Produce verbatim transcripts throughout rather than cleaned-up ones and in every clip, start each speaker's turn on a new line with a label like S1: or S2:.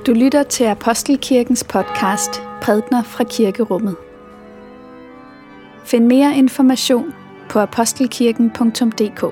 S1: Du lytter til Apostelkirkens podcast Prædikener fra Kirkerummet. Find mere information på apostelkirken punktum d k.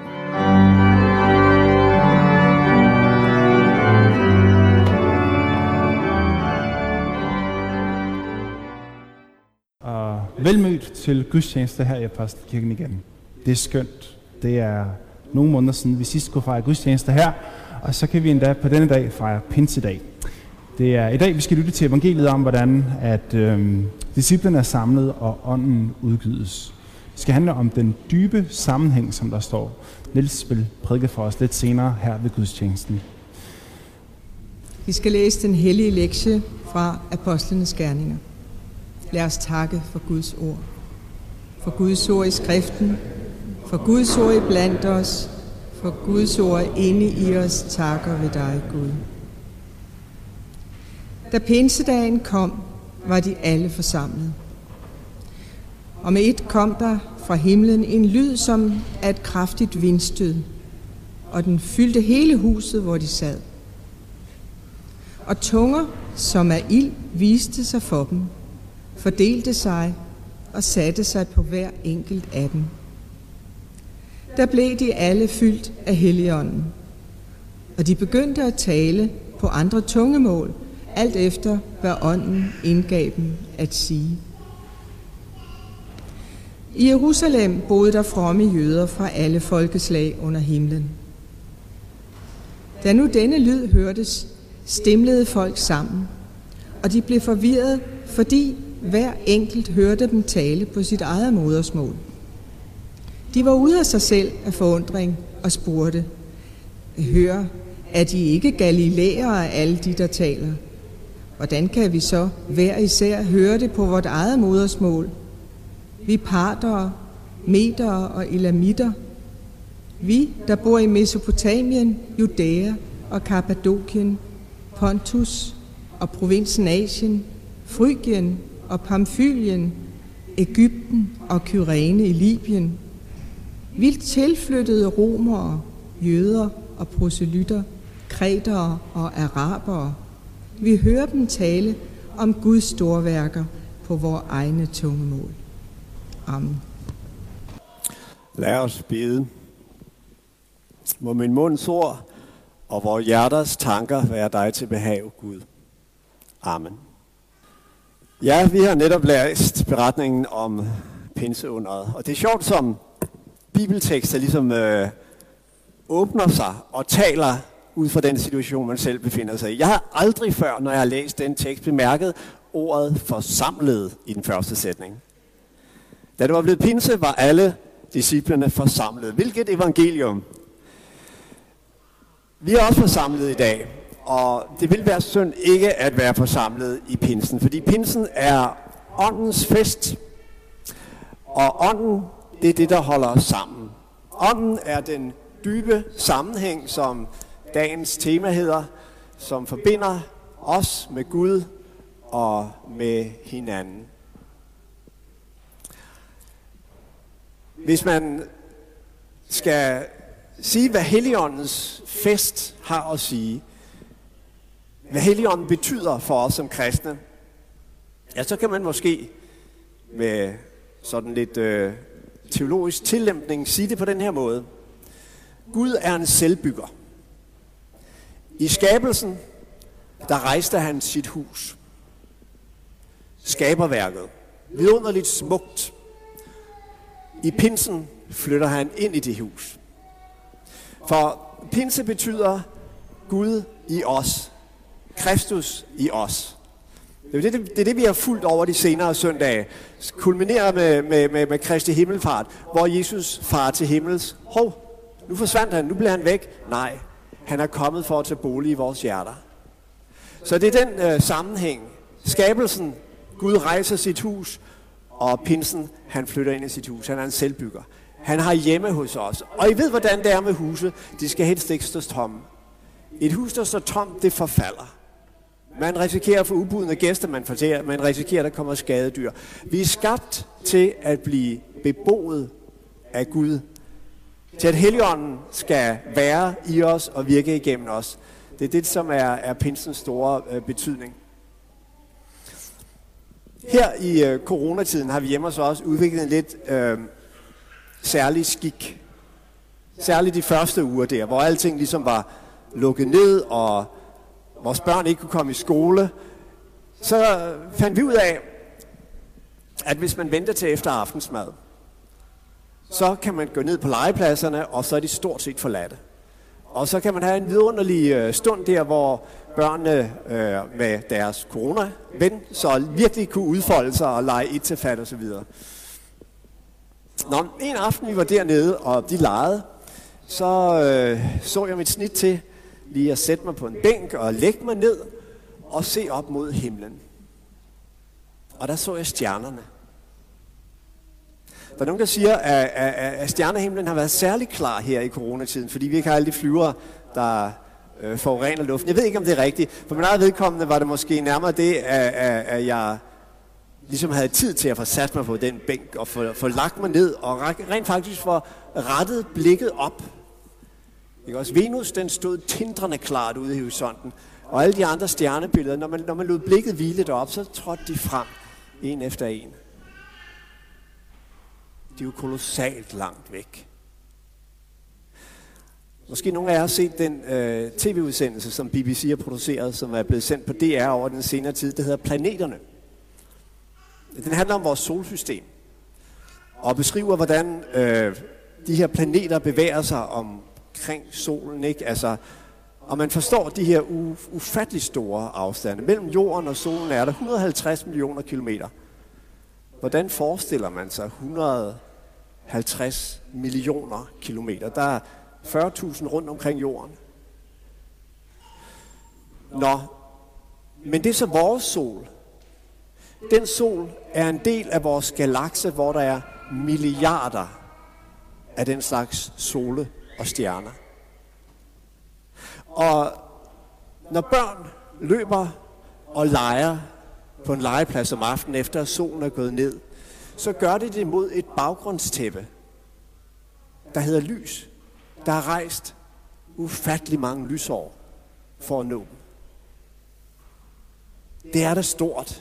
S2: Og velmødt til gudstjeneste her i Apostelkirken igen. Det er skønt. Det er nogle måneder siden, vi sidst skulle fejre gudstjeneste her, og så kan vi endda på denne dag fejre pinsedag. Det er i dag, vi skal lytte til evangeliet om, hvordan at øhm, disciplene er samlet og ånden udgydes. Det skal handle om den dybe sammenhæng, som der står. Niels vil prædike for os lidt senere her ved gudstjenesten.
S3: Vi skal læse den hellige lektie fra Apostlenes Gerninger. Lad os takke for Guds ord. For Guds ord i skriften, for Guds ord i blandt os, for Guds ord inde i os takker ved dig, Gud. Da pinsedagen kom, var de alle forsamlet. Og med et kom der fra himlen en lyd som af et kraftigt vindstød, og den fyldte hele huset, hvor de sad. Og tunger, som af ild, viste sig for dem, fordelte sig og satte sig på hver enkelt af dem. Der blev de alle fyldt af Helligånden, og de begyndte at tale på andre tungemål, alt efter hvad ånden indgav dem at sige. I Jerusalem boede der fromme jøder fra alle folkeslag under himlen. Da nu denne lyd hørtes, stimlede folk sammen, og de blev forvirret, fordi hver enkelt hørte dem tale på sit eget modersmål. De var ude af sig selv af forundring og spurgte: Hør, er de ikke galilæere alle de, der taler? Hvordan kan vi så hver især høre det på vort eget modersmål? Vi partere, medere og elamitter, vi, der bor i Mesopotamien, Judæa og Kappadokien, Pontus og provinsen Asien, Frygien og Pamfylien, Egypten og Kyrene i Libyen, vildt tilflyttede romere, jøder og proselytter, kretere og arabere. Vi hører dem tale om Guds storværker på vores egne tungemål. Amen.
S4: Lad os bede. Må min munds ord og vores hjerters tanker være dig til behag, Gud. Amen. Ja, vi har netop læst beretningen om pinseunderet, og det er sjovt, som bibeltekster ligesom øh, åbner sig og taler ud fra den situation, man selv befinder sig i. Jeg har aldrig før, når jeg har læst den tekst, bemærket ordet forsamlet i den første sætning. Da det var blevet pinse, var alle disciplene forsamlet. Hvilket evangelium! Vi er også forsamlet i dag, og det vil være synd ikke at være forsamlet i pinsen, fordi pinsen er åndens fest, og ånden, det er det, der holder os sammen. Ånden er den dybe sammenhæng, som dagens tema hedder, som forbinder os med Gud og med hinanden. Hvis man skal sige, hvad Helligåndens fest har at sige, hvad Helligånden betyder for os som kristne, ja, så kan man måske med sådan lidt øh, teologisk tillæmpning sige det på den her måde. Gud er en selvbygger. I skabelsen, der rejste han sit hus. Skaberværket. Vidunderligt smukt. I pinsen flytter han ind i det hus. For pinse betyder Gud i os. Kristus i os. Det er det, det, er det vi har fulgt over de senere søndage. Kulminerer med, med, med, med Kristi himmelfart, hvor Jesus farer til himmels. Hov, nu forsvandt han, nu blev han væk. Nej, han er kommet for at tage bolig i vores hjerter. Så det er den øh, sammenhæng. Skabelsen, Gud rejser sit hus, og pinsen, han flytter ind i sit hus. Han er en selvbygger. Han har hjemme hos os. Og I ved, hvordan det er med huse. De skal helst ikke stå tomme. Et hus, der står tomt, det forfalder. Man risikerer at få ubudne gæster, man, fortæller, man risikerer, at der kommer skadedyr. Vi er skabt til at blive beboet af Gud. Til at Helligånden skal være i os og virke igennem os. Det er det, som er, er pinsens store øh, betydning. Her i øh, coronatiden har vi hjemme hos os udviklet en lidt øh, særlig skik. Særligt de første uger der, hvor alting ligesom var lukket ned, og vores børn ikke kunne komme i skole. Så fandt vi ud af, at hvis man venter til efter aftensmad, så kan man gå ned på legepladserne, og så er de stort set forladte. Og så kan man have en vidunderlig øh, stund der, hvor børnene øh, med deres corona-ven så virkelig kunne udfolde sig og lege et til fat og så videre. Nå, en aften vi var dernede, og de legede, så øh, så jeg mit snit til lige at sætte mig på en bænk og lægge mig ned og se op mod himlen. Og der så jeg stjernerne. Der er nogen, der siger, at, at, at stjernehimlen har været særlig klar her i coronatiden, fordi vi ikke har alle de flyvere, der øh, forurener luften. Jeg ved ikke, om det er rigtigt. For min eget vedkommende var det måske nærmere det, at, at, at jeg ligesom havde tid til at få sat mig på den bænk og få, få lagt mig ned og rent faktisk få rettet blikket op. Ikke også? Venus, den stod tindrende klart ude i horisonten, og alle de andre stjernebilleder, når man, når man lod blikket hvile derop, så trådte de frem en efter en. De er jo kolossalt langt væk. Måske nogle af jer har set den øh, tv-udsendelse, som B B C har produceret, som er blevet sendt på D R over den senere tid. Det hedder Planeterne. Den handler om vores solsystem og beskriver, hvordan øh, de her planeter bevæger sig omkring solen, ikke? Altså, og man forstår de her u- ufattelig store afstande. Mellem jorden og solen er der et hundrede og halvtreds millioner kilometer. Hvordan forestiller man sig et hundrede og halvtreds millioner kilometer? Der er fyrre tusind rundt omkring jorden. Nå, men det er så vores sol. Den sol er en del af vores galakse, hvor der er milliarder af den slags sole og stjerner. Og når børn løber og leger på en legeplads om aftenen efter at solen er gået ned, så gør de det mod et baggrundstæppe, der hedder lys. Der er rejst ufattelig mange lysår for at nå dem. Det er da stort.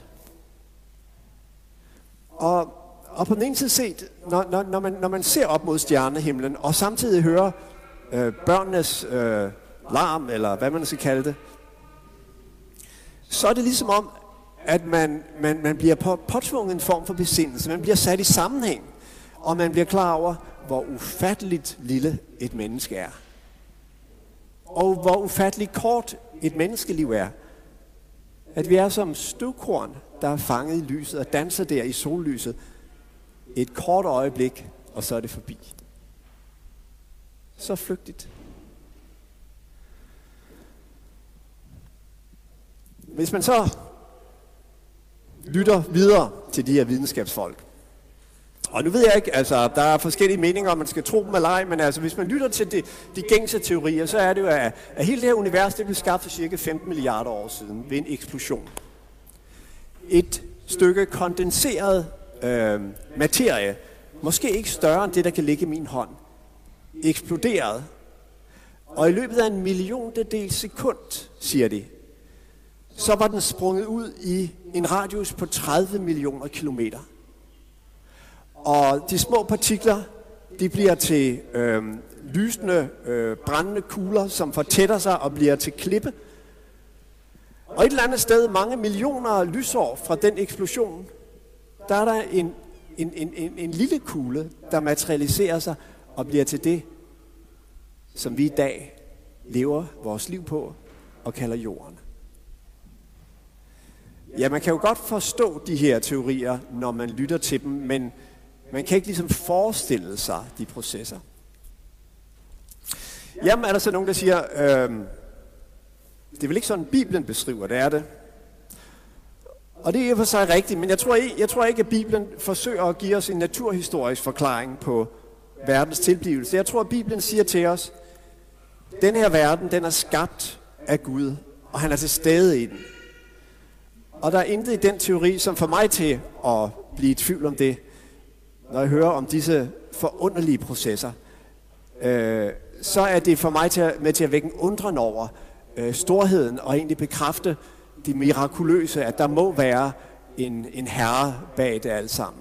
S4: Og, og på den ene side set, når, når, når, man, når man ser op mod stjernehimlen, og samtidig hører øh, børnenes øh, larm, eller hvad man skal kalde det, så er det ligesom om, at man, man, man bliver på, påtvunget en form for besindelse. Man bliver sat i sammenhæng, og man bliver klar over, hvor ufatteligt lille et menneske er. Og hvor ufatteligt kort et menneskeliv er. At vi er som støvkorn, der er fanget i lyset og danser der i sollyset et kort øjeblik, og så er det forbi. Så flygtigt. Hvis man så lytter videre til de her videnskabsfolk, og nu ved jeg ikke, altså der er forskellige meninger, om man skal tro dem eller ej, men altså hvis man lytter til de, de gængse teorier, så er det jo, at, at hele det her univers, det blev skabt for cirka femten milliarder år siden ved en eksplosion. Et stykke kondenseret øh, materie, måske ikke større end det, der kan ligge i min hånd, eksploderede, og i løbet af en milliondedel sekund, siger de, så var den sprunget ud i en radius på tredive millioner kilometer. Og de små partikler, de bliver til øh, lysende, øh, brændende kugler, som fortætter sig og bliver til klippe. Og et eller andet sted, mange millioner lysår fra den eksplosion, der er der en, en, en, en, en lille kugle, der materialiserer sig og bliver til det, som vi i dag lever vores liv på og kalder jorden. Ja, man kan jo godt forstå de her teorier, når man lytter til dem, men man kan ikke ligesom forestille sig de processer. Jamen er der så nogen, der siger, øh, det er vel ikke sådan, Bibelen beskriver, det er det. Og det er i og for sig rigtigt, men jeg tror, ikke, jeg tror ikke, at Bibelen forsøger at give os en naturhistorisk forklaring på verdens tilblivelse. Jeg tror, at Bibelen siger til os, den her verden, den er skabt af Gud, og han er til stede i den. Og der er intet i den teori, som får mig til at blive i tvivl om det, når jeg hører om disse forunderlige processer. Øh, så er det for mig til at, med til at vække en undren over, øh, storheden og egentlig bekræfte det mirakuløse, at der må være en, en herre bag det alt sammen.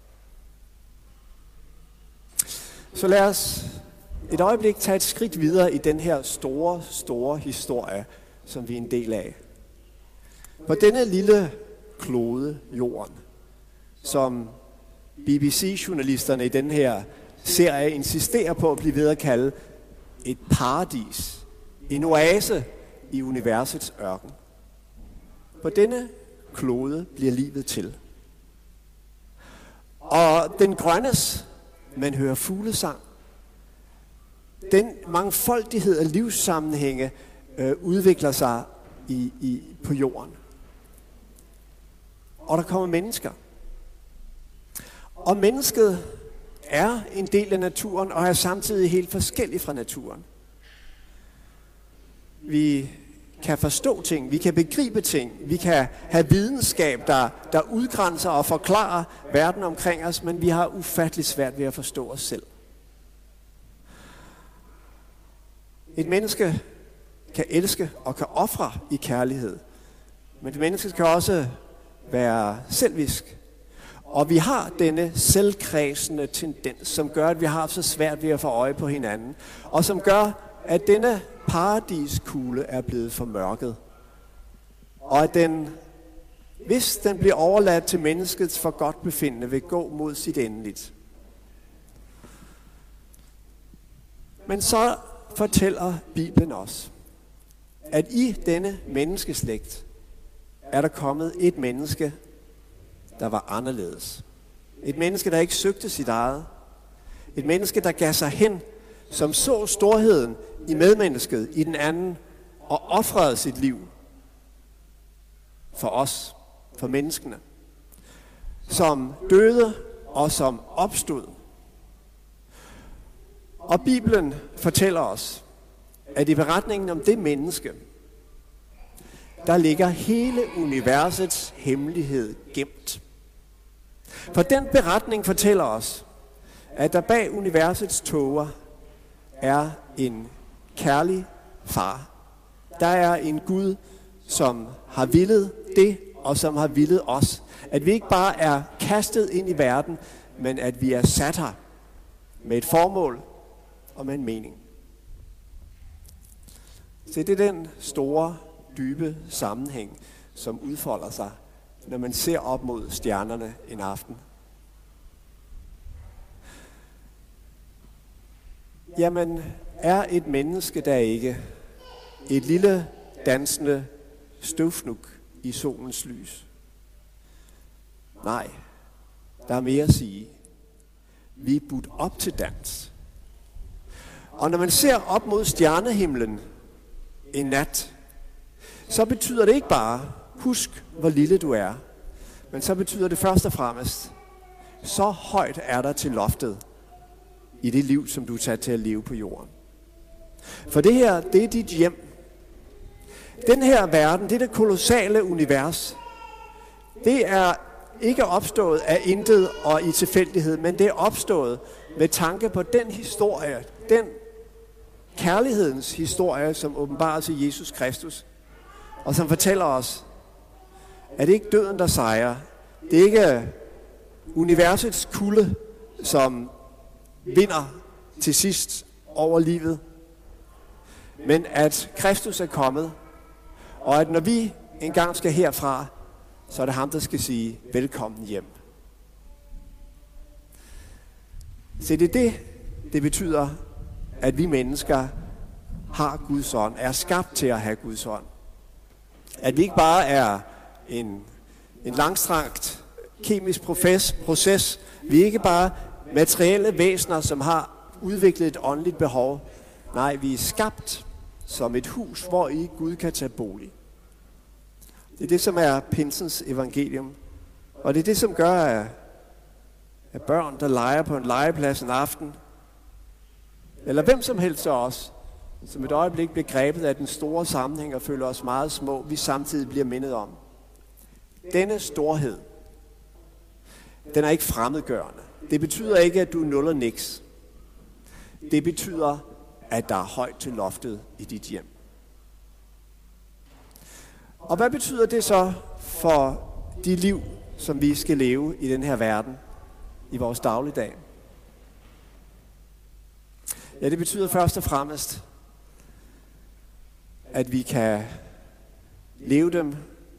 S4: Så lad os et øjeblik tage et skridt videre i den her store, store historie, som vi er en del af. På denne lille klode, jorden, som B B C-journalisterne i den her serie insisterer på at blive ved at kalde et paradis, en oase i universets ørken. På denne klode bliver livet til. Og den grønnes, man hører fuglesang. Den mangfoldighed af livssammenhænge øh, udvikler sig i, i, på jorden. Og der kommer mennesker. Og mennesket er en del af naturen og er samtidig helt forskellig fra naturen. Vi kan forstå ting, vi kan begribe ting, vi kan have videnskab, der, der udgrænser og forklarer verden omkring os, men vi har ufatteligt svært ved at forstå os selv. Et menneske kan elske og kan ofre i kærlighed, men et menneske kan også være selvisk. Og vi har denne selvkredsende tendens, som gør, at vi har så svært ved at få øje på hinanden, og som gør, at denne paradiskugle er blevet formørket. Og at den, hvis den bliver overladt til menneskets forgodtbefindende, vil gå mod sit endeligt. Men så fortæller Bibelen os, at i denne menneskeslægt er der kommet et menneske, der var anderledes. Et menneske, der ikke søgte sit eget. Et menneske, der gav sig hen, som så storheden i medmennesket, i den anden, og ofrede sit liv for os, for menneskene. Som døde og som opstod. Og Bibelen fortæller os, at i beretningen om det menneske, der ligger hele universets hemmelighed gemt. For den beretning fortæller os, at der bag universets tåger er en kærlig far. Der er en Gud, som har villet det, og som har villet os. At vi ikke bare er kastet ind i verden, men at vi er sat her med et formål og med en mening. Så det er den store, dybe sammenhæng, som udfolder sig, når man ser op mod stjernerne en aften. Jamen, er et menneske der ikke et lille dansende støvfnug i solens lys? Nej, der er mere at sige. Vi er budt op til dans. Og når man ser op mod stjernehimlen en nat, så betyder det ikke bare, husk hvor lille du er, men så betyder det først og fremmest, så højt er der til loftet i det liv, som du er sat til at leve på jorden. For det her, det er dit hjem. Den her verden, det er det kolossale univers. Det er ikke opstået af intet og i tilfældighed, men det er opstået med tanke på den historie, den kærlighedens historie, som åbenbares i Jesus Kristus, og som fortæller os, at det ikke er døden, der sejrer. Det er ikke universets kulde, som vinder til sidst over livet, men at Kristus er kommet, og at når vi engang skal herfra, så er det ham, der skal sige, velkommen hjem. Så det er det, det betyder, at vi mennesker har Guds ånd, er skabt til at have Guds ånd. At vi ikke bare er en, en langstrakt kemisk proces, proces, vi er ikke bare materielle væsener, som har udviklet et åndeligt behov. Nej, vi er skabt som et hus, hvor i Gud kan tage bolig. Det er det, som er pinsens evangelium. Og det er det, som gør, at, at børn, der leger på en legeplads en aften, eller hvem som helst af os, som et øjeblik bliver grebet af den store sammenhæng og føler os meget små, vi samtidig bliver mindet om. Denne storhed, den er ikke fremmedgørende. Det betyder ikke, at du er nul og niks. Det betyder, at der er højt til loftet i dit hjem. Og hvad betyder det så for de liv, som vi skal leve i den her verden, i vores dagligdag? Ja, det betyder først og fremmest, at vi kan leve dem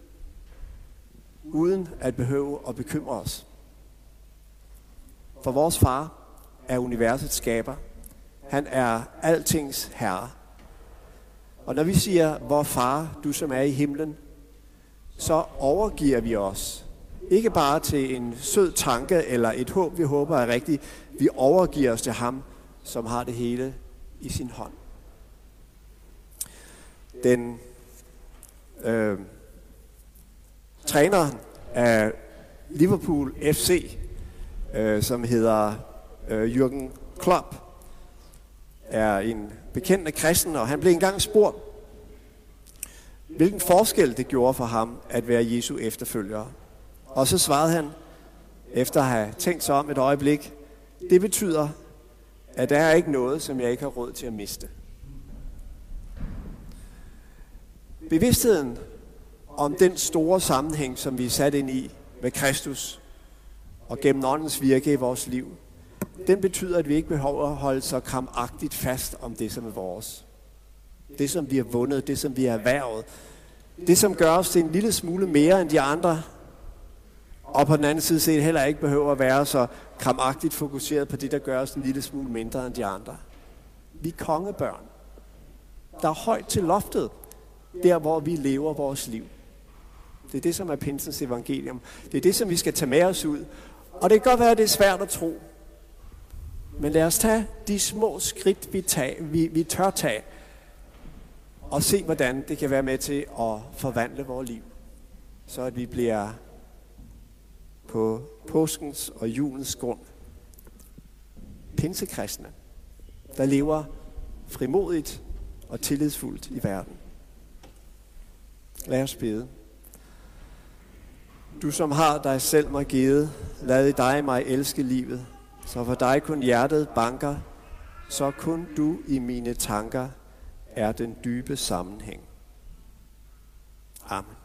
S4: uden at behøve at bekymre os. For vores far er universets skaber. Han er altings herre. Og når vi siger, vor far, du som er i himlen, så overgiver vi os. Ikke bare til en sød tanke eller et håb, vi håber er rigtigt. Vi overgiver os til ham, som har det hele i sin hånd. Den øh, træner af Liverpool F C, øh, som hedder øh, Jürgen Klopp, er en bekendende kristen, og han blev engang spurgt, hvilken forskel det gjorde for ham at være Jesu efterfølger. Og så svarede han, efter at have tænkt sig om et øjeblik, det betyder, at der er ikke noget, som jeg ikke har råd til at miste. Bevidstheden om den store sammenhæng, som vi er sat ind i med Kristus og gennem åndens virke i vores liv, den betyder, at vi ikke behøver at holde så krampagtigt fast om det, som er vores. Det, som vi har vundet, det, som vi har erhvervet. Det, som gør os til en lille smule mere end de andre. Og på den anden side set heller ikke behøver at være så krampagtigt fokuseret på det, der gør os en lille smule mindre end de andre. Vi er kongebørn. Der er højt til loftet, der hvor vi lever vores liv. Det er det, som er pinsens evangelium. Det er det, som vi skal tage med os ud. Og det kan godt være, at det er svært at tro. Men lad os tage de små skridt, vi, tag, vi, vi tør tage, og se, hvordan det kan være med til at forvandle vores liv. Så at vi bliver på påskens og julens grund pinsekristne, der lever frimodigt og tillidsfuldt i verden. Lad os bede. Du som har dig selv mig givet, lad dig mig elske livet, så for dig kun hjertet banker, så kun du i mine tanker er den dybe sammenhæng. Amen.